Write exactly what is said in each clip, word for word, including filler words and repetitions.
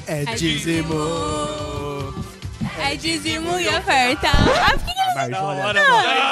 É dízimo. É dízimo e oferta. Ah, mas olha...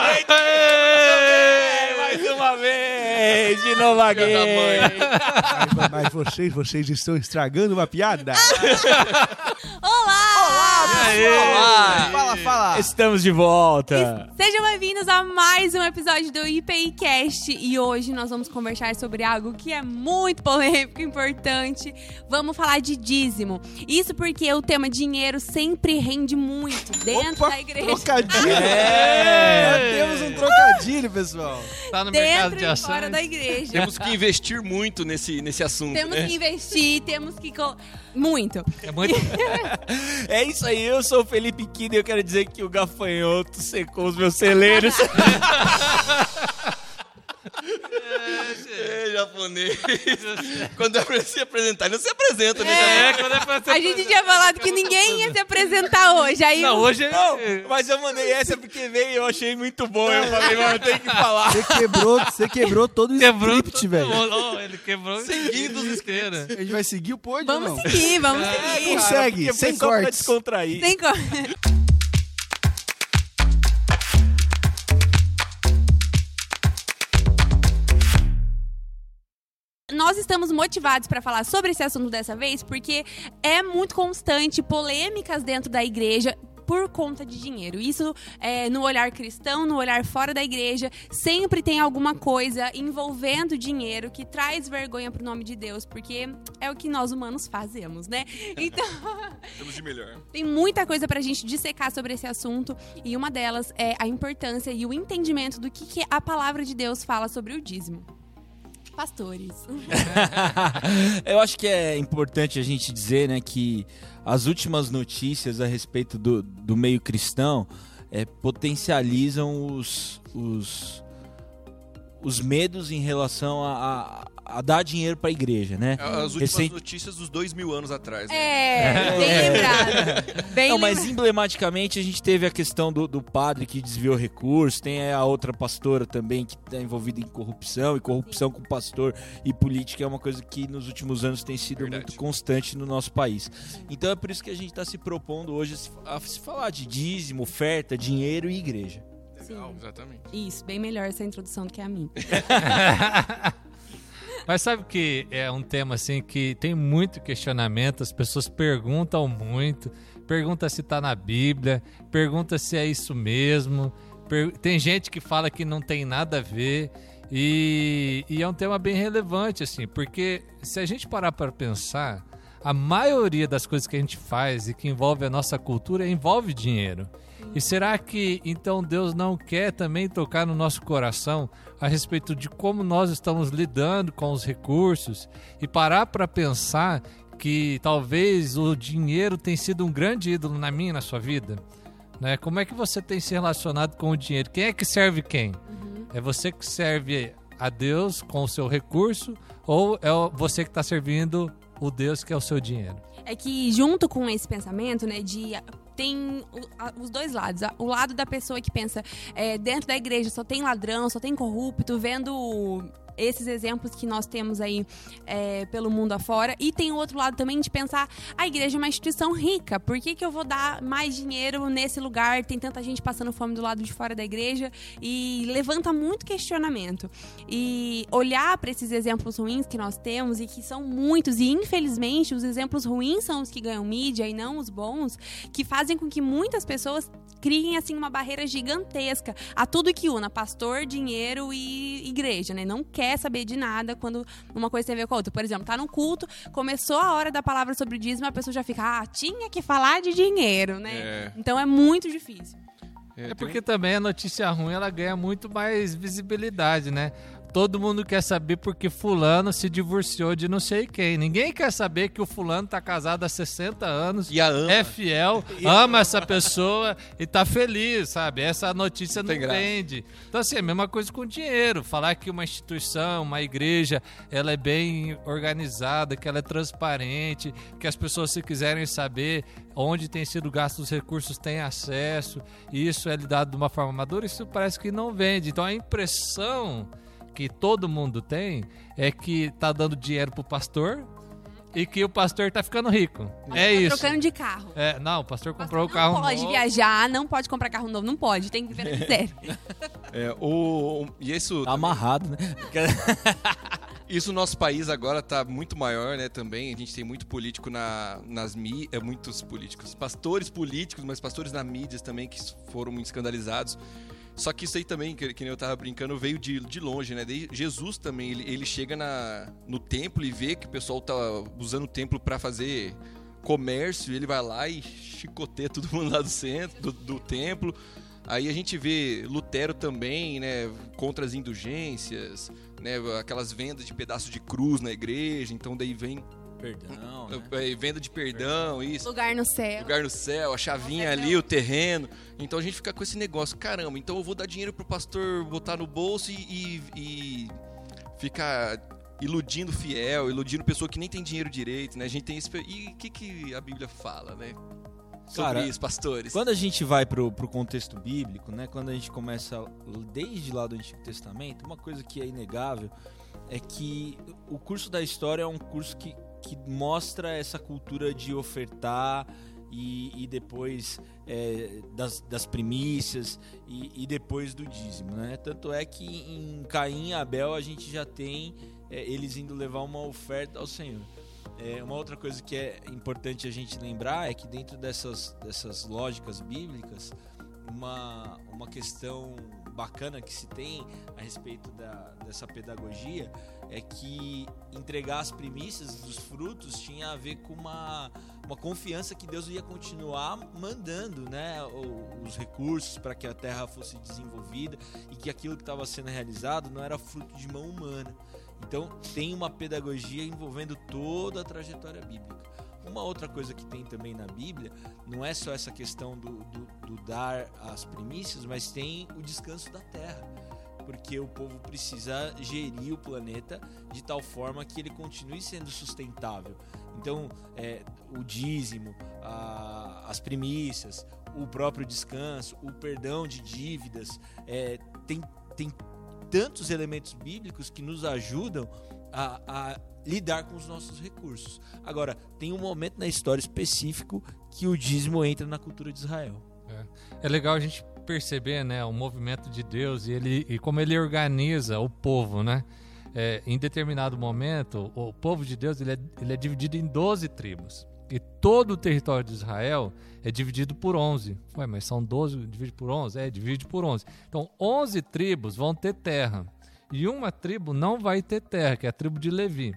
Mais uma vez, de novo aqui. Mas, mas vocês, vocês estão estragando uma piada. Olá! Olá, pessoal! Olá. Fala, fala! Estamos de volta. Sejam bem-vindos a mais um episódio do I P I Cast. E hoje nós vamos conversar sobre algo que é muito polêmico e importante. Vamos falar de dízimo. Isso porque o tema dinheiro sempre rende muito dentro Opa, da igreja. Trocadilho! É. Nós temos um trocadilho, pessoal. Tá no mercado Dentro de e ações. fora da igreja. Temos que investir muito nesse, nesse assunto, Temos né? que investir, temos que... co- Muito. É muito. É isso aí, eu sou o Felipe Kida e eu quero dizer que o gafanhoto secou os meus celeiros. É, japonês. Quando é pra se apresentar, não se apresenta, né? É, quando é pra ser A gente tinha falado que ninguém ia se apresentar hoje. Aí Não, hoje é. Não, mas eu mandei essa porque veio e eu achei muito bom. Eu falei, mano, tem que falar. Você quebrou, você quebrou todo o Quebrou script, tudo. velho. Oh, ele quebrou Seguindo os inteira. A gente vai seguir o pódio ou Vamos não? seguir, vamos É, seguir. cara. Segue, porque sem foi só pra cortes. descontrair. Tem como. Nós estamos motivados para falar sobre esse assunto dessa vez porque é muito constante polêmicas dentro da igreja por conta de dinheiro. Isso é, no olhar cristão, no olhar fora da igreja, sempre tem alguma coisa envolvendo dinheiro que traz vergonha pro nome de Deus, porque é o que nós humanos fazemos, né? Então, Temos de melhor. tem muita coisa pra gente dissecar sobre esse assunto e uma delas é a importância e o entendimento do que, que a palavra de Deus fala sobre o dízimo. Pastores. Eu acho que é importante a gente dizer, né, que as últimas notícias a respeito do, do meio cristão é, potencializam os, os, os medos em relação a, a, a dar dinheiro para a igreja, né? As últimas Recent- notícias dos dois mil anos atrás. Né? É, bem lembrado. Bem Não, mas lembrado. emblematicamente a gente teve a questão do, do padre que desviou recursos, tem a outra pastora também que está envolvida em corrupção, e corrupção com pastor e política é uma coisa que nos últimos anos tem sido Verdade. muito constante no nosso país. Então é por isso que a gente está se propondo hoje a se falar de dízimo, oferta, dinheiro e igreja. Legal, exatamente. Isso, bem melhor essa introdução do que a minha. Mas sabe que é um tema assim que tem muito questionamento, as pessoas perguntam muito, pergunta se tá na Bíblia, pergunta se é isso mesmo, per... tem gente que fala que não tem nada a ver e, e é um tema bem relevante assim, porque se a gente parar para pensar, a maioria das coisas que a gente faz e que envolve a nossa cultura envolve dinheiro. E será que então Deus não quer também tocar no nosso coração a respeito de como nós estamos lidando com os recursos e parar para pensar que talvez o dinheiro tenha sido um grande ídolo na minha e na sua vida? Né? Como é que você tem se relacionado com o dinheiro? Quem é que serve quem? Uhum. É você que serve a Deus com o seu recurso ou é você que está servindo o Deus que é o seu dinheiro? É que junto com esse pensamento, né, de... tem os dois lados. O lado da pessoa que pensa é, dentro da igreja só tem ladrão, só tem corrupto, vendo esses exemplos que nós temos aí é, pelo mundo afora. E tem o outro lado também de pensar, a igreja é uma instituição rica, por que que eu vou dar mais dinheiro nesse lugar? Tem tanta gente passando fome do lado de fora da igreja e levanta muito questionamento. E olhar para esses exemplos ruins que nós temos e que são muitos, e infelizmente os exemplos ruins são os que ganham mídia e não os bons, que fazem com que muitas pessoas criem assim uma barreira gigantesca a tudo que una pastor, dinheiro e igreja, né? Não quer saber de nada quando uma coisa tem a ver com a outra. Por exemplo, tá no culto, começou a hora da palavra sobre o dízimo, a pessoa já fica, ah, tinha que falar de dinheiro, né? É. Então é muito difícil. É porque também a notícia ruim ela ganha muito mais visibilidade, né? Todo mundo quer saber porque fulano se divorciou de não sei quem. Ninguém quer saber que o fulano tá casado há sessenta anos, E a ama. é fiel, ama essa pessoa e tá feliz, sabe? Essa notícia não Tem graça. vende. Então assim, é a mesma coisa com dinheiro. Falar que uma instituição, uma igreja, ela é bem organizada, que ela é transparente, que as pessoas, se quiserem saber onde tem sido gasto os recursos, têm acesso, e isso é lidado de uma forma madura, isso parece que não vende. Então a impressão que todo mundo tem é que tá dando dinheiro pro pastor e que o pastor tá ficando rico. Mas É tá isso. trocando de carro. É, não, o pastor comprou o Não carro pode novo. viajar, não pode comprar carro novo, não pode, tem que viver na miséria. É, o, o- e isso, Tá amarrado, né? isso no nosso país agora tá muito maior, né, também. A gente tem muito político na, nas mídias, é, muitos políticos, pastores políticos, mas pastores na mídias também que foram escandalizados. Só que isso aí também, que, que nem eu tava brincando, veio de, de longe, né? Daí Jesus também, ele, ele chega na, no templo e vê que o pessoal tá usando o templo para fazer comércio, e ele vai lá e chicoteia todo mundo lá do centro, do, do templo. Aí a gente vê Lutero também, né, contra as indulgências, né, aquelas vendas de pedaço de cruz na igreja, então daí vem Perdão, né? é, venda de perdão, isso. Lugar no céu. Lugar no céu, a chavinha ali, o terreno. Então a gente fica com esse negócio, caramba, então eu vou dar dinheiro pro pastor botar no bolso e, e, e ficar iludindo fiel, iludindo pessoa que nem tem dinheiro direito, né? A gente tem esse... E o que, que a Bíblia fala, né? Sobre Cara, isso, pastores. Quando a gente vai pro, pro contexto bíblico, né? Quando a gente começa desde lá do Antigo Testamento, uma coisa que é inegável é que o curso da história é um curso que, que mostra essa cultura de ofertar e, e depois é, das, das primícias e, e depois do dízimo, né? Tanto é que em Caim e Abel a gente já tem é, eles indo levar uma oferta ao Senhor. É, uma outra coisa que é importante a gente lembrar é que dentro dessas, dessas lógicas bíblicas, uma, uma questão bacana que se tem a respeito da, dessa pedagogia é que entregar as primícias dos frutos tinha a ver com uma, uma confiança que Deus ia continuar mandando, né, os recursos para que a terra fosse desenvolvida e que aquilo que estava sendo realizado não era fruto de mão humana. Então tem uma pedagogia envolvendo toda a trajetória bíblica. Uma outra coisa que tem também na Bíblia não é só essa questão do, do, do dar as primícias, mas tem o descanso da terra, porque o povo precisa gerir o planeta de tal forma que ele continue sendo sustentável. Então é, o dízimo, a, as primícias, o próprio descanso, o perdão de dívidas, é, tem, tem tantos elementos bíblicos que nos ajudam a, a lidar com os nossos recursos. Agora, tem um momento na história específico que o dízimo entra na cultura de Israel. É, é legal a gente perceber, né, o movimento de Deus e, ele, e como ele organiza o povo, né? É, em determinado momento, o povo de Deus ele é, ele é dividido em doze tribos. E todo o território de Israel é dividido por onze. Ué, mas são doze, divide por onze? É, divide por onze. Então, onze tribos vão ter terra. E uma tribo não vai ter terra, que é a tribo de Levi.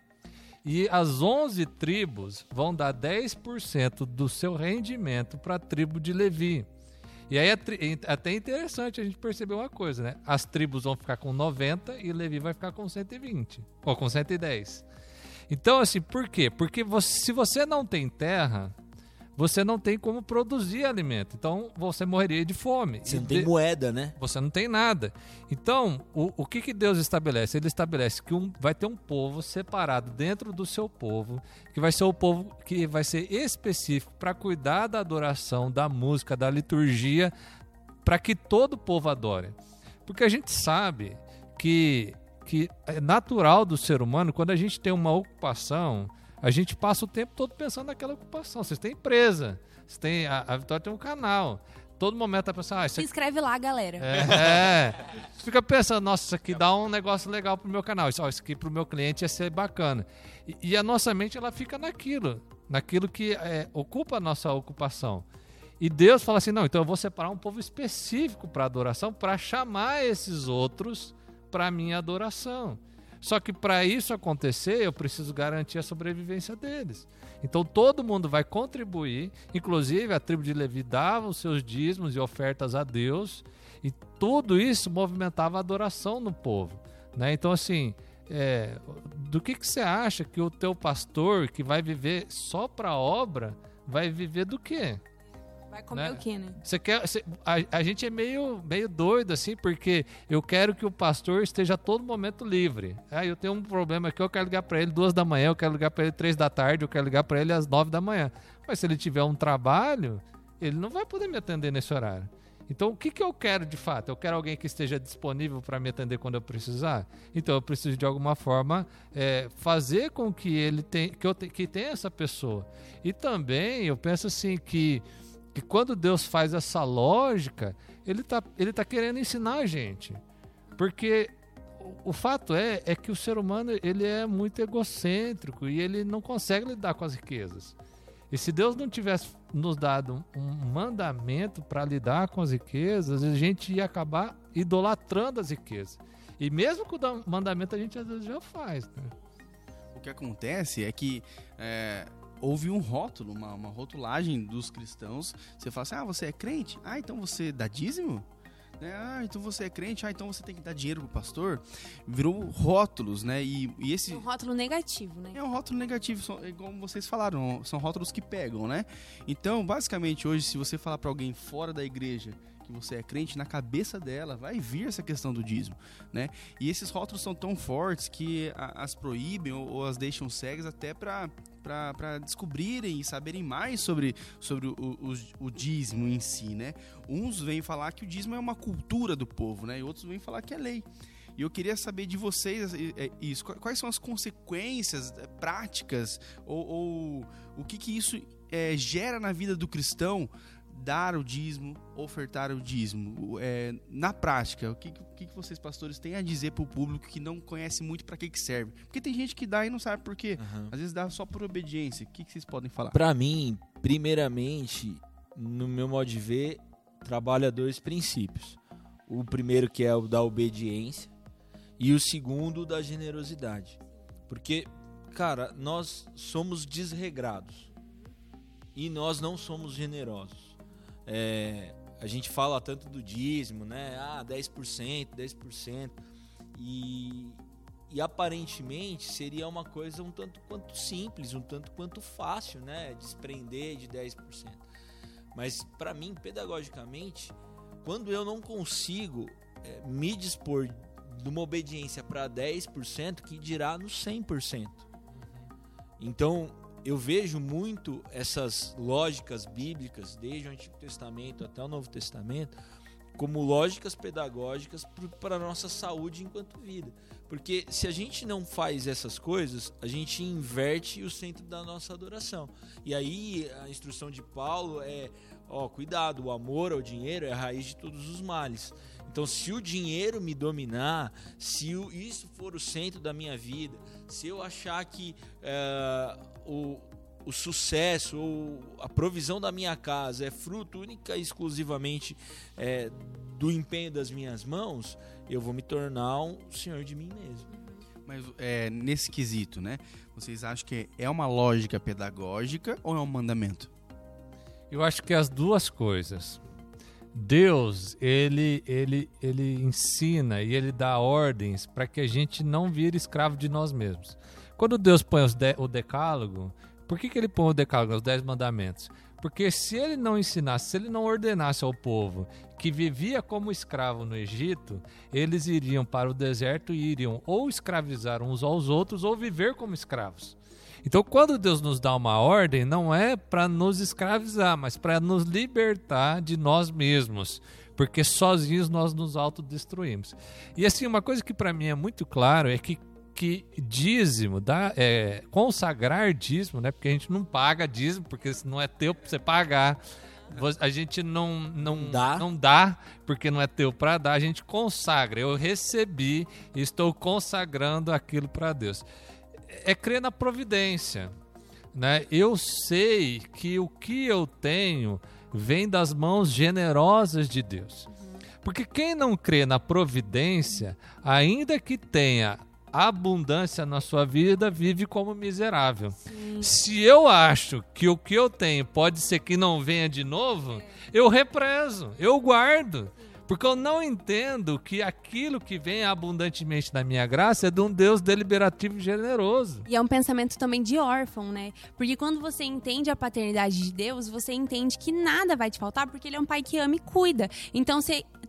E as onze tribos vão dar dez por cento do seu rendimento para a tribo de Levi. E aí é até interessante a gente perceber uma coisa, né? As tribos vão ficar com noventa e Levi vai ficar com cento e vinte, ou com cento e dez. Então, assim, por quê? Porque você, se você não tem terra, você não tem como produzir alimento. Então, você morreria de fome. Você não E tem de... moeda, né? Você não tem nada. Então, o, o que, que Deus estabelece? Ele estabelece que um, vai ter um povo separado dentro do seu povo, que vai ser o povo que vai ser específico para cuidar da adoração, da música, da liturgia, para que todo o povo adore. Porque a gente sabe que... que é natural do ser humano, quando a gente tem uma ocupação, a gente passa o tempo todo pensando naquela ocupação. Vocês têm empresa, vocês têm, a, a Vitória tem um canal. Todo momento tá pensando... Ah, isso Se aqui... inscreve lá, galera. É, é. Fica pensando, nossa, isso aqui dá um negócio legal pro meu canal. Isso, ó, isso aqui pro meu cliente ia ser bacana. E, e a nossa mente, ela fica naquilo. Naquilo que é, ocupa a nossa ocupação. E Deus fala assim, não, então eu vou separar um povo específico para adoração, para chamar esses outros para a minha adoração. Só que para isso acontecer, eu preciso garantir a sobrevivência deles. Então todo mundo vai contribuir, inclusive a tribo de Levi dava os seus dízimos e ofertas a Deus, e tudo isso movimentava a adoração no povo, né? Então assim, é, do que, que você acha que o teu pastor, que vai viver só para a obra, vai viver do quê? Vai comer Né? o quê, né? Você quer, você, a, a gente é meio, meio doido assim, porque eu quero que o pastor esteja a todo momento livre. Ah, eu tenho um problema aqui, eu quero ligar para ele duas da manhã, eu quero ligar para ele três da tarde, eu quero ligar para ele às nove da manhã. Mas se ele tiver um trabalho, ele não vai poder me atender nesse horário. Então, o que, que eu quero de fato? Eu quero alguém que esteja disponível para me atender quando eu precisar? Então, eu preciso de alguma forma é, fazer com que ele tenha, que eu te, que tenha essa pessoa. E também, eu penso assim, que, que quando Deus faz essa lógica, ele está ele tá querendo ensinar a gente. Porque o, o fato é, é que o ser humano ele é muito egocêntrico e ele não consegue lidar com as riquezas. E se Deus não tivesse nos dado um mandamento para lidar com as riquezas, a gente ia acabar idolatrando as riquezas. E mesmo com o mandamento a gente às vezes já faz, né? O que acontece é que é, houve um rótulo, uma, uma rotulagem dos cristãos. Você fala assim, ah, você é crente? Ah, então você dá dízimo? Né? Ah, então você é crente? Ah, então você tem que dar dinheiro pro pastor? Virou rótulos, né? E, e esse... Um rótulo negativo, né? É um rótulo negativo, são, como vocês falaram, são rótulos que pegam, né? Então, basicamente, hoje, se você falar para alguém fora da igreja que você é crente, na cabeça dela vai vir essa questão do dízimo, né? E esses rótulos são tão fortes que a, as proíbem ou, ou as deixam cegas até para para descobrirem e saberem mais sobre, sobre o, o, o dízimo em si, né? Uns vêm falar que o dízimo é uma cultura do povo, né? E outros vêm falar que é lei. E eu queria saber de vocês isso, quais são as consequências práticas ou, ou o que, que isso é, gera na vida do cristão dar o dízimo, ofertar o dízimo. É, na prática, o que, o que vocês, pastores, têm a dizer para o público que não conhece muito para que, que serve? Porque tem gente que dá e não sabe por quê. Uhum. Às vezes dá só por obediência. O que, que vocês podem falar? Para mim, primeiramente, no meu modo de ver, trabalha dois princípios. O primeiro que é o da obediência e o segundo da generosidade. Porque, cara, nós somos desregrados e nós não somos generosos. É, a gente fala tanto do dízimo, né? Ah, dez por cento, dez por cento. E, e aparentemente seria uma coisa um tanto quanto simples, um tanto quanto fácil, né? Desprender de dez por cento. Mas para mim, pedagogicamente, quando eu não consigo é, me dispor de uma obediência para dez por cento, que dirá no cem por cento. Então, eu vejo muito essas lógicas bíblicas, desde o Antigo Testamento até o Novo Testamento, como lógicas pedagógicas para a nossa saúde enquanto vida. Porque se a gente não faz essas coisas, a gente inverte o centro da nossa adoração. E aí a instrução de Paulo é, ó, cuidado, o amor ao dinheiro é a raiz de todos os males. Então, se o dinheiro me dominar, se o, isso for o centro da minha vida, se eu achar que é, o, o sucesso ou a provisão da minha casa é fruto única e exclusivamente é, do empenho das minhas mãos, eu vou me tornar um senhor de mim mesmo. Mas é, nesse quesito, né? Vocês acham que é uma lógica pedagógica ou é um mandamento? Eu acho que as duas coisas. Deus, ele, ele, ele ensina e ele dá ordens para que a gente não vire escravo de nós mesmos. Quando Deus põe os de, o decálogo, por que, que ele põe o decálogo, os dez mandamentos? Porque se ele não ensinasse, se ele não ordenasse ao povo que vivia como escravo no Egito, eles iriam para o deserto e iriam ou escravizar uns aos outros ou viver como escravos. Então, quando Deus nos dá uma ordem, não é para nos escravizar, mas para nos libertar de nós mesmos, porque sozinhos nós nos autodestruímos. E assim, uma coisa que para mim é muito claro é que, que dízimo, dá, é, consagrar dízimo, né? Porque a gente não paga dízimo, porque não é teu para você pagar. A gente não, não, dá. não dá, porque não é teu para dar, a gente consagra. Eu recebi e estou consagrando aquilo para Deus. É crer na providência, né? Eu sei que o que eu tenho vem das mãos generosas de Deus. Porque quem não crê na providência, ainda que tenha abundância na sua vida, vive como miserável. Sim. Se eu acho que o que eu tenho pode ser que não venha de novo, eu represo, eu guardo. Porque eu não entendo que aquilo que vem abundantemente na minha graça é de um Deus deliberativo e generoso. E é um pensamento também de órfão, né? Porque quando você entende a paternidade de Deus, você entende que nada vai te faltar, porque Ele é um pai que ama e cuida. Então, você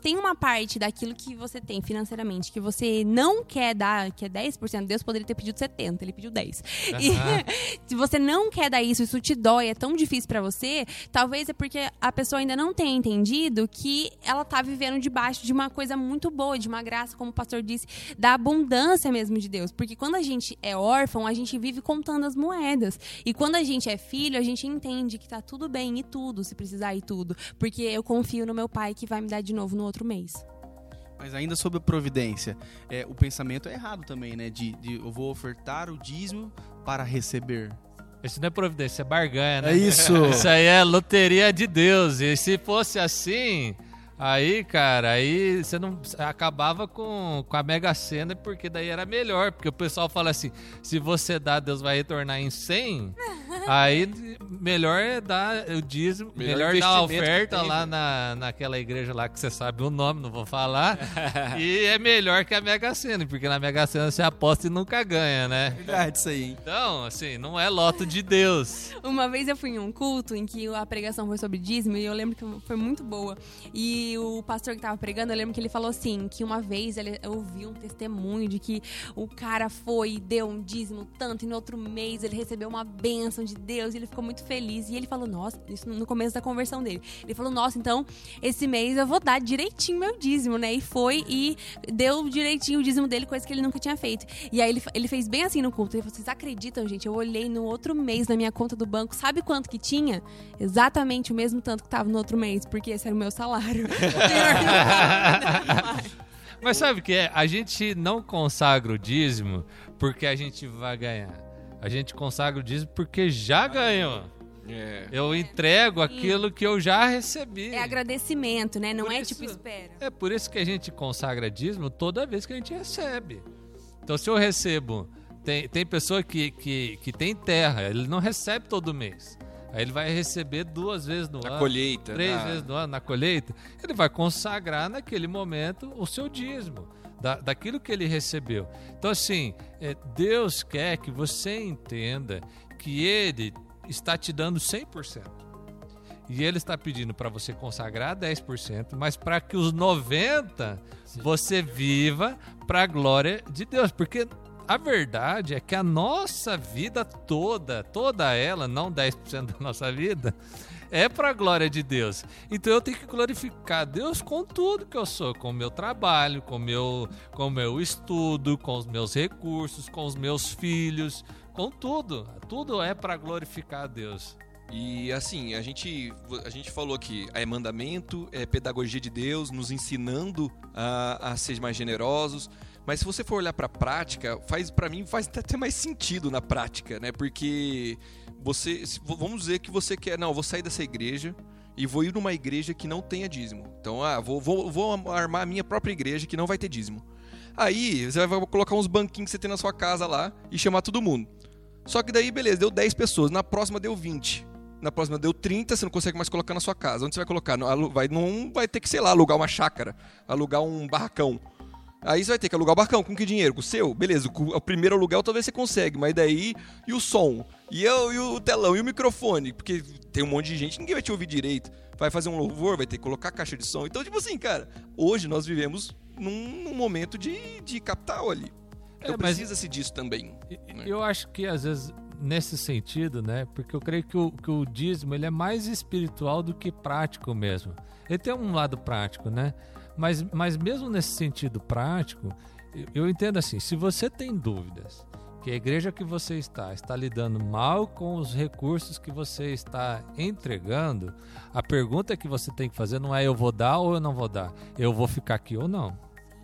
tem uma parte daquilo que você tem financeiramente que você não quer dar, que é dez por cento, Deus poderia ter pedido setenta por cento, ele pediu dez por cento. E se você não quer dar isso, isso te dói, é tão difícil pra você, talvez é porque a pessoa ainda não tenha entendido que ela tá vivendo debaixo de uma coisa muito boa, de uma graça, como o pastor disse, da abundância mesmo de Deus. Porque quando a gente é órfão, a gente vive contando as moedas. E quando a gente é filho, a gente entende que tá tudo bem e tudo, se precisar e tudo. Porque eu confio no meu pai que vai me dar de novo no outro mês. Mas ainda sobre a providência, é, o pensamento é errado também, né? De, de eu vou ofertar o dízimo para receber. Isso não é providência, é barganha, né? É isso. Isso aí é loteria de Deus. E se fosse assim, aí, cara, aí você não acabava com, com a Mega Sena, porque daí era melhor. Porque o pessoal fala assim, se você dá, Deus vai retornar em cem. Aí melhor é dar o dízimo, melhor, melhor dar a oferta tem, lá na, naquela igreja lá que você sabe o nome, não vou falar. E é melhor que a Mega Sena, porque na Mega Sena você aposta e nunca ganha, né? Verdade, isso aí. Então, assim, não é loto de Deus. Uma vez eu fui em um culto em que a pregação foi sobre dízimo e eu lembro que foi muito boa. E o pastor que tava pregando, eu lembro que ele falou assim, que uma vez ele ouviu um testemunho de que o cara foi e deu um dízimo tanto e no outro mês ele recebeu uma bênção de Deus e ele ficou muito feliz. E ele falou, nossa, isso no começo da conversão dele. Ele falou, nossa, então esse mês eu vou dar direitinho meu dízimo, né? E foi e deu direitinho o dízimo dele, coisa que ele nunca tinha feito. E aí ele, ele fez bem assim no culto. Ele falou, vocês acreditam, gente? Eu olhei no outro mês na minha conta do banco, sabe quanto que tinha? Exatamente o mesmo tanto que tava no outro mês, porque esse era o meu salário. Mas sabe o que é? A gente não consagra o dízimo porque a gente vai ganhar. A gente consagra o dízimo porque já ganhou. É. Eu entrego aquilo que eu já recebi. É agradecimento, né? Não Por é isso- tipo espera. É por isso que a gente consagra dízimo toda vez que a gente recebe. Então, se eu recebo... Tem, tem pessoa que, que, que tem terra, ele não recebe todo mês. Aí ele vai receber duas vezes no Na ano. colheita. Três na- vezes no ano, na colheita. Ele vai consagrar naquele momento o seu dízimo. Da, daquilo que ele recebeu. Então, assim, é, Deus quer que você entenda que Ele está te dando cem por cento. E Ele está pedindo para você consagrar dez por cento, mas para que os noventa por cento você viva para a glória de Deus. Porque a verdade é que a nossa vida toda, toda ela, não dez por cento da nossa vida, é para a glória de Deus. Então eu tenho que glorificar Deus com tudo que eu sou, com o meu trabalho, com o meu, com o meu estudo, com os meus recursos, com os meus filhos, com tudo. Tudo é para glorificar Deus. E assim, a gente, a gente falou que é mandamento, é pedagogia de Deus, nos ensinando a, a ser mais generosos. Mas se você for olhar para a prática, faz, para mim faz até mais sentido na prática, né? Porque você, se- vamos dizer que você quer, não, eu vou sair dessa igreja e vou ir numa igreja que não tenha dízimo. Então, ah, vou, vou, vou armar a minha própria igreja que não vai ter dízimo. Aí, você vai colocar uns banquinhos que você tem na sua casa lá e chamar todo mundo. Só que daí, beleza, deu dez pessoas, na próxima deu vinte. Na próxima deu trinta, você não consegue mais colocar na sua casa. Onde você vai colocar? Não, alu- vai, não vai ter que, sei lá, alugar uma chácara, alugar um barracão. Aí você vai ter que alugar o barracão. Com que dinheiro? Com o seu? Beleza, com o primeiro aluguel talvez você consegue, mas daí... E o som? E, eu, e o telão? E o microfone? Porque tem um monte de gente, ninguém vai te ouvir direito. Vai fazer um louvor, vai ter que colocar caixa de som. Então, tipo assim, cara, hoje nós vivemos num, num momento de, de capital ali. É, Então mas- precisa-se disso também. E- Eu acho que às vezes nesse sentido, né? Porque eu creio que o, que o dízimo ele é mais espiritual do que prático mesmo. Ele tem um lado prático, né? Mas, mas mesmo nesse sentido prático, eu, eu entendo assim, se você tem dúvidas que a igreja que você está está lidando mal com os recursos que você está entregando, a pergunta que você tem que fazer não é eu vou dar ou eu não vou dar, eu vou ficar aqui ou não.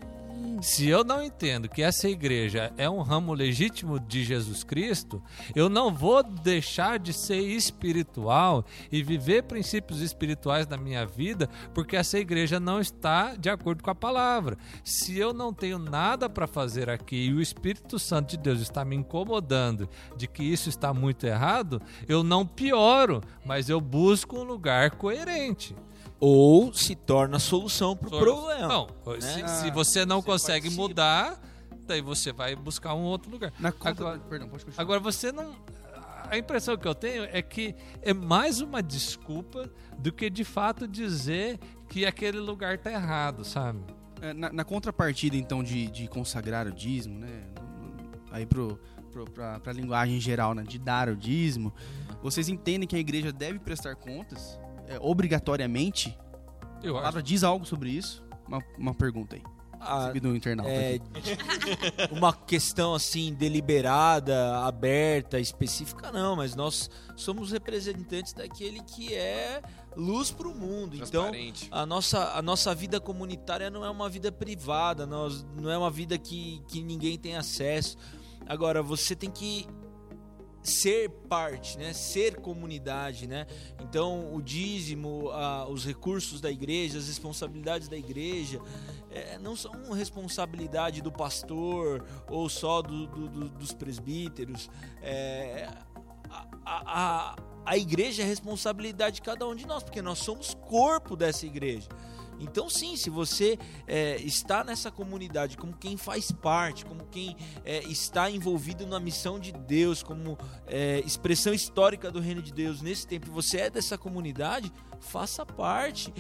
Se eu não entendo que essa igreja é um ramo legítimo de Jesus Cristo, eu não vou deixar de ser espiritual e viver princípios espirituais na minha vida porque essa igreja não está de acordo com a palavra. Se eu não tenho nada para fazer aqui e o Espírito Santo de Deus está me incomodando de que isso está muito errado, eu não pioro, mas eu busco um lugar coerente. Ou se torna a solução pro Só- problema. Não, né? se, se você não Você consegue participa. mudar, daí você vai buscar um outro lugar. Na conta... Agora- Perdão, pode continuar. Agora você não... a impressão que eu tenho é que é mais uma desculpa do que de fato dizer que aquele lugar tá errado, sabe? É, na, na contrapartida, então, de, de consagrar o dízimo, né? Aí pro, pro, pra, pra linguagem geral, né? De dar o dízimo, vocês entendem que a igreja deve prestar contas é, obrigatoriamente? Eu A palavra acho. diz algo sobre isso? Uma, uma pergunta aí. Ah, Recebi do internauta é, aqui. uma questão assim deliberada, aberta, específica não, mas nós somos representantes daquele que é luz para o mundo. Então Transparente. a nossa, a nossa vida comunitária não é uma vida privada, nós, não é uma vida que, que ninguém tem acesso. Agora, você tem que ser parte, né? Ser comunidade, né? Então o dízimo, a, os recursos da igreja, as responsabilidades da igreja é, não são responsabilidade do pastor ou só do, do, do, dos presbíteros. É, a, a, a igreja é responsabilidade de cada um de nós, porque nós somos corpo dessa igreja. Então sim, se você é, está nessa comunidade como quem faz parte, como quem é, está envolvido na missão de Deus, como é, expressão histórica do reino de Deus nesse tempo, você é dessa comunidade, faça parte,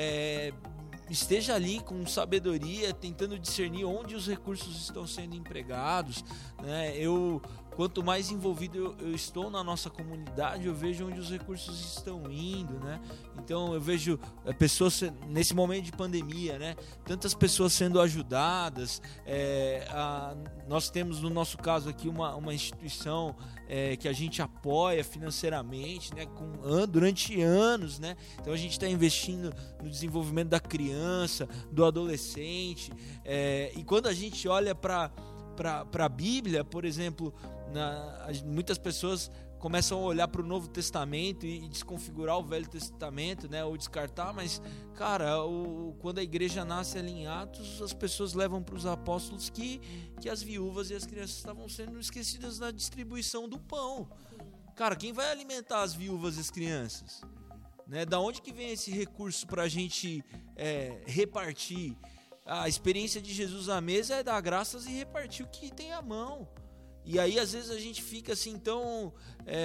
é, esteja ali com sabedoria, tentando discernir onde os recursos estão sendo empregados, né? Eu, quanto mais envolvido eu, eu estou na nossa comunidade, eu vejo onde os recursos estão indo, né? Então eu vejo pessoas nesse momento de pandemia, né? Tantas pessoas sendo ajudadas. É, a, nós temos no nosso caso aqui uma, uma instituição é, que a gente apoia financeiramente, né? Com, an, durante anos, né? Então a gente está investindo no desenvolvimento da criança, do adolescente. É, e quando a gente olha para para a Bíblia, por exemplo, na, muitas pessoas começam a olhar para o Novo Testamento e, e desconfigurar o Velho Testamento, né, ou descartar, mas, cara, o, quando a igreja nasce ali em Atos, as pessoas levam para os apóstolos que, que as viúvas e as crianças estavam sendo esquecidas na distribuição do pão. Cara, quem vai alimentar as viúvas e as crianças? Né, da onde que vem esse recurso para a gente é, repartir? A experiência de Jesus à mesa é dar graças e repartir o que tem à mão. E aí, às vezes, a gente fica assim tão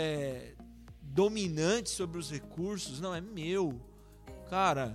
é, dominante sobre os recursos. Não, é meu. Cara,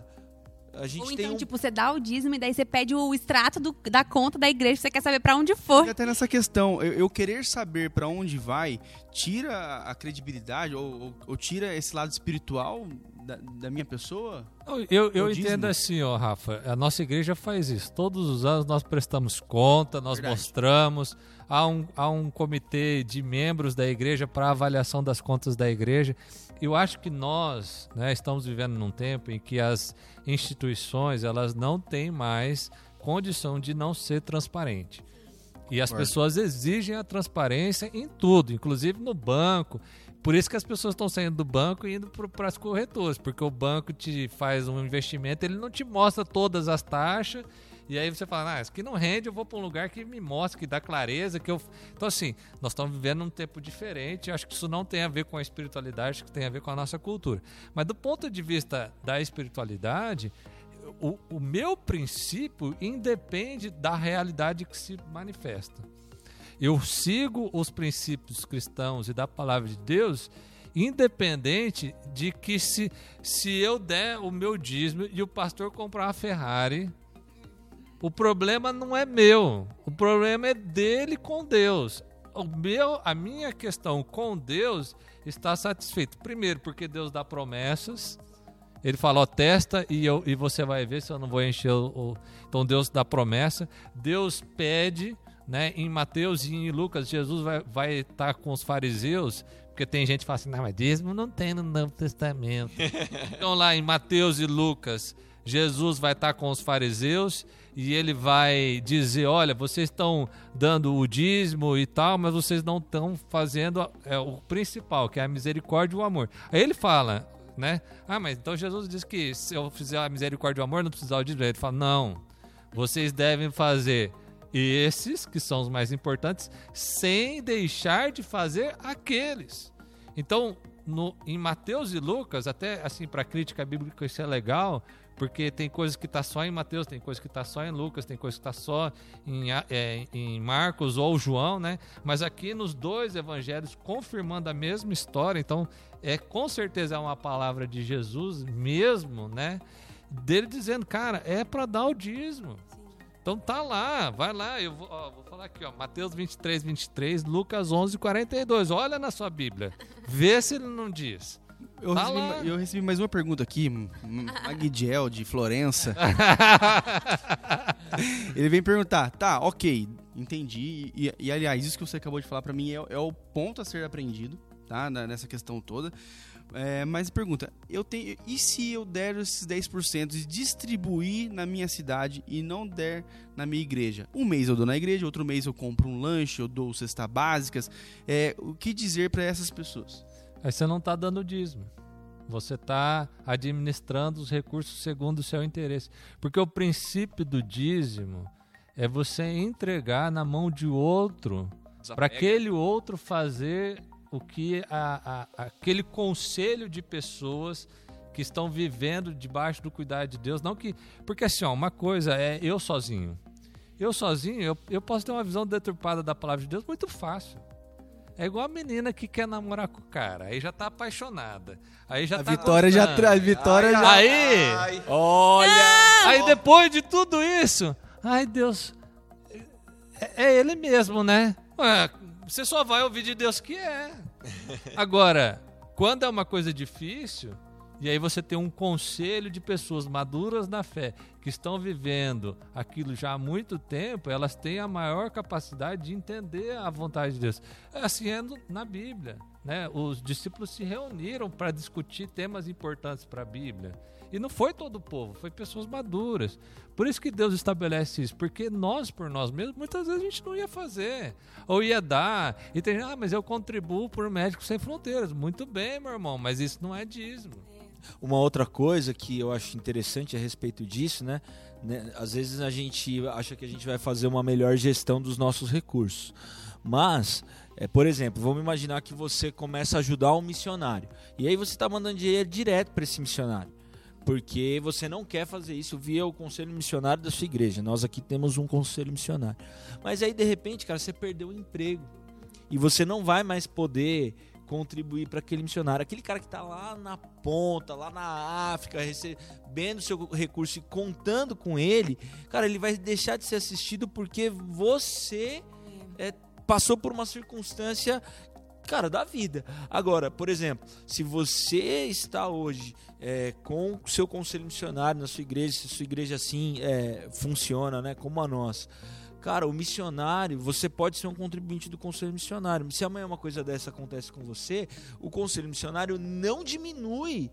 a gente Ou tem então, um... tipo, você dá o dízimo e daí você pede o extrato do- da conta da igreja, você quer saber pra onde for. E até nessa questão, eu, eu querer saber pra onde vai, tira a credibilidade ou, ou- ou tira esse lado espiritual da, da minha pessoa? Eu, eu, eu É o dízimo. entendo assim, ó, Rafa, a nossa igreja faz isso. Todos os anos nós prestamos conta, nós Verdade. mostramos, há um, há um comitê de membros da igreja para avaliação das contas da igreja. Eu acho que nós, né, estamos vivendo num tempo em que as instituições elas não têm mais condição de não ser transparente. E as Concordo. pessoas exigem a transparência em tudo, inclusive no banco. Por isso que as pessoas estão saindo do banco e indo para as corretoras, porque o banco te faz um investimento, ele não te mostra todas as taxas, e aí você fala, ah, isso aqui não rende, eu vou para um lugar que me mostra, que dá clareza, que eu... Então assim, nós estamos vivendo num tempo diferente, eu acho que isso não tem a ver com a espiritualidade, acho que tem a ver com a nossa cultura. Mas do ponto de vista da espiritualidade, o, o meu princípio independe da realidade que se manifesta. Eu sigo os princípios cristãos e da palavra de Deus, independente de que se, se eu der o meu dízimo e o pastor comprar uma Ferrari, o problema não é meu, o problema é dele com Deus. O meu, a minha questão com Deus está satisfeita. Primeiro, porque Deus dá promessas. Ele fala, ó, testa e, eu, e você vai ver se eu não vou encher o, o... Então Deus dá promessa. Deus pede, né? Em Mateus e em Lucas, Jesus vai, vai estar com os fariseus, porque tem gente que fala assim, não, mas dízimo não tem no Novo Testamento. Então lá em Mateus e Lucas, Jesus vai estar com os fariseus e ele vai dizer, olha, vocês estão dando o dízimo e tal, mas vocês não estão fazendo é, o principal, que é a misericórdia e o amor. Aí ele fala, né? Ah, mas então Jesus diz que se eu fizer a misericórdia e o amor, não precisar o dízimo. Ele fala, não, vocês devem fazer esses, que são os mais importantes, sem deixar de fazer aqueles. Então, no, em Mateus e Lucas, até assim, para crítica bíblica isso é legal, porque tem coisas que está só em Mateus, tem coisas que está só em Lucas, tem coisas que está só em, é, em Marcos ou João, né? Mas aqui nos dois evangelhos, confirmando a mesma história, então é, com certeza é uma palavra de Jesus mesmo, né? Dele dizendo, cara, é para dar o dízimo. Então tá lá, vai lá, eu vou, ó, vou falar aqui, ó, Mateus vinte e três, vinte e três, Lucas onze, quarenta e dois, olha na sua Bíblia, vê se ele não diz. Eu, Tá recebi, lá. eu recebi mais uma pergunta aqui, Magdiel de Florença. Ele vem perguntar, tá, ok, entendi. E, e aliás, isso que você acabou de falar pra mim é, é o ponto a ser aprendido, tá? Nessa questão toda. É, mas pergunta, eu tenho, e se eu der esses dez por cento e distribuir na minha cidade e não der na minha igreja? Um mês eu dou na igreja, outro mês eu compro um lanche, eu dou cestas básicas. É, o que dizer pra essas pessoas? Aí você não está dando dízimo. Você está administrando os recursos segundo o seu interesse. Porque o princípio do dízimo é você entregar na mão de outro para aquele outro fazer o que a, a, aquele conselho de pessoas que estão vivendo debaixo do cuidado de Deus. Não que, porque assim, ó, uma coisa é eu sozinho. Eu sozinho, eu, eu posso ter uma visão deturpada da palavra de Deus muito fácil. É igual a menina que quer namorar com o cara, aí já tá apaixonada. Aí já A tá Vitória já gostando. traz, Vitória já... Aí, Olha! aí depois de tudo isso, ai Deus, é, é ele mesmo, né? Ué, você só vai ouvir de Deus que é. Agora, quando é uma coisa difícil, e aí você tem um conselho de pessoas maduras na fé, que estão vivendo aquilo já há muito tempo, elas têm a maior capacidade de entender a vontade de Deus. Assim é no, na Bíblia, né? Os discípulos se reuniram para discutir temas importantes para a Bíblia. E não foi todo o povo, foi pessoas maduras. Por isso que Deus estabelece isso, porque nós, por nós mesmos, muitas vezes a gente não ia fazer, ou ia dar. E tem, ah, mas eu contribuo por Médicos Sem Fronteiras. Muito bem, meu irmão, mas isso não é dízimo. Uma outra coisa que eu acho interessante a respeito disso, né? né? Às vezes a gente acha que a gente vai fazer uma melhor gestão dos nossos recursos. Mas, é, por exemplo, vamos imaginar que você começa a ajudar um missionário. E aí você está mandando dinheiro direto para esse missionário. Porque você não quer fazer isso via o conselho missionário da sua igreja. Nós aqui temos um conselho missionário. Mas aí, de repente, cara, você perdeu o emprego. E você não vai mais poder contribuir para aquele missionário. Aquele cara que está lá na ponta, lá na África, recebendo seu recurso e contando com ele, cara, ele vai deixar de ser assistido porque você é, passou por uma circunstância, cara, da vida. Agora, por exemplo, se você está hoje é, com o seu conselho missionário na sua igreja, se a sua igreja assim é, funciona, né, como a nossa, cara, o missionário, você pode ser um contribuinte do conselho missionário. Se amanhã uma coisa dessa acontece com você, o conselho missionário não diminui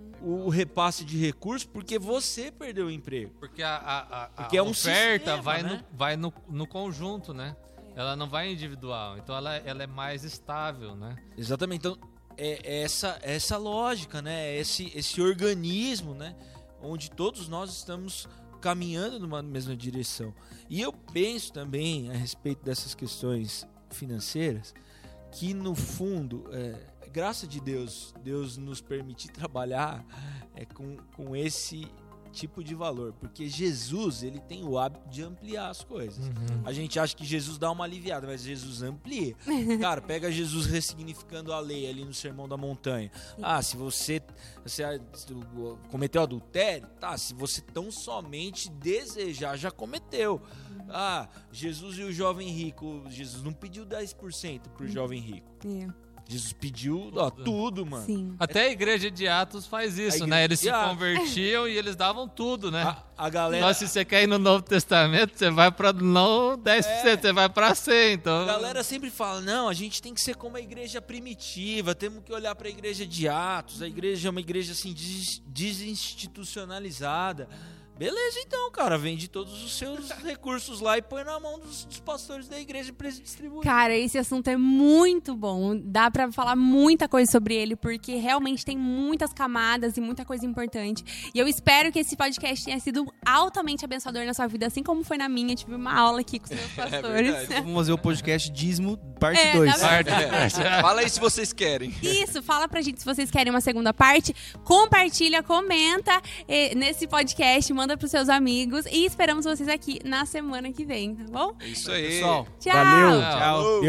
o repasse de recursos porque você perdeu o emprego. Porque a, a, a, Porque a é um oferta sistema, vai, né? no, vai no, no conjunto, né? Ela não vai individual, então ela, ela é mais estável, né? Exatamente. Então, é essa, essa lógica, né? Esse, esse organismo, né? Onde todos nós estamos caminhando numa mesma direção. E eu penso também a respeito dessas questões financeiras que, no fundo, é, graças de Deus, Deus nos permitir trabalhar é, com, com esse tipo de valor, porque Jesus, ele tem o hábito de ampliar as coisas. Uhum. A gente acha que Jesus dá uma aliviada, mas Jesus amplia. Cara, pega Jesus ressignificando a lei ali no Sermão da Montanha. Ah, se você, você cometeu adultério, tá, se você tão somente desejar, já cometeu. Ah, Jesus e o jovem rico, Jesus não pediu dez por cento pro jovem rico. É. Jesus pediu ó, tudo, mano. Sim. Até a igreja de Atos faz isso, A né? igreja Eles de se Atos. convertiam e eles davam tudo, né? A, a galera... Mas se você quer ir no Novo Testamento, você vai para não dez por cento, É. você vai para cem. Então... A galera sempre fala, não, a gente tem que ser como a igreja primitiva, temos que olhar para a igreja de Atos, a igreja é uma igreja assim des- desinstitucionalizada. Beleza, então, cara, vende todos os seus recursos lá e põe na mão dos, dos pastores da igreja pra eles distribuírem. Cara, esse assunto é muito bom. Dá pra falar muita coisa sobre ele, porque realmente tem muitas camadas e muita coisa importante. E eu espero que esse podcast tenha sido altamente abençoador na sua vida, assim como foi na minha. Eu tive uma aula aqui com os meus pastores. verdade. Vamos fazer o podcast Dízimo, parte É, dois. tá bom. É. Fala aí se vocês querem. Isso, fala pra gente se vocês querem uma segunda parte. Compartilha, comenta eh, nesse podcast, manda pros seus amigos. E esperamos vocês aqui na semana que vem, tá bom? É isso aí. Pessoal, Tchau! Valeu. tchau.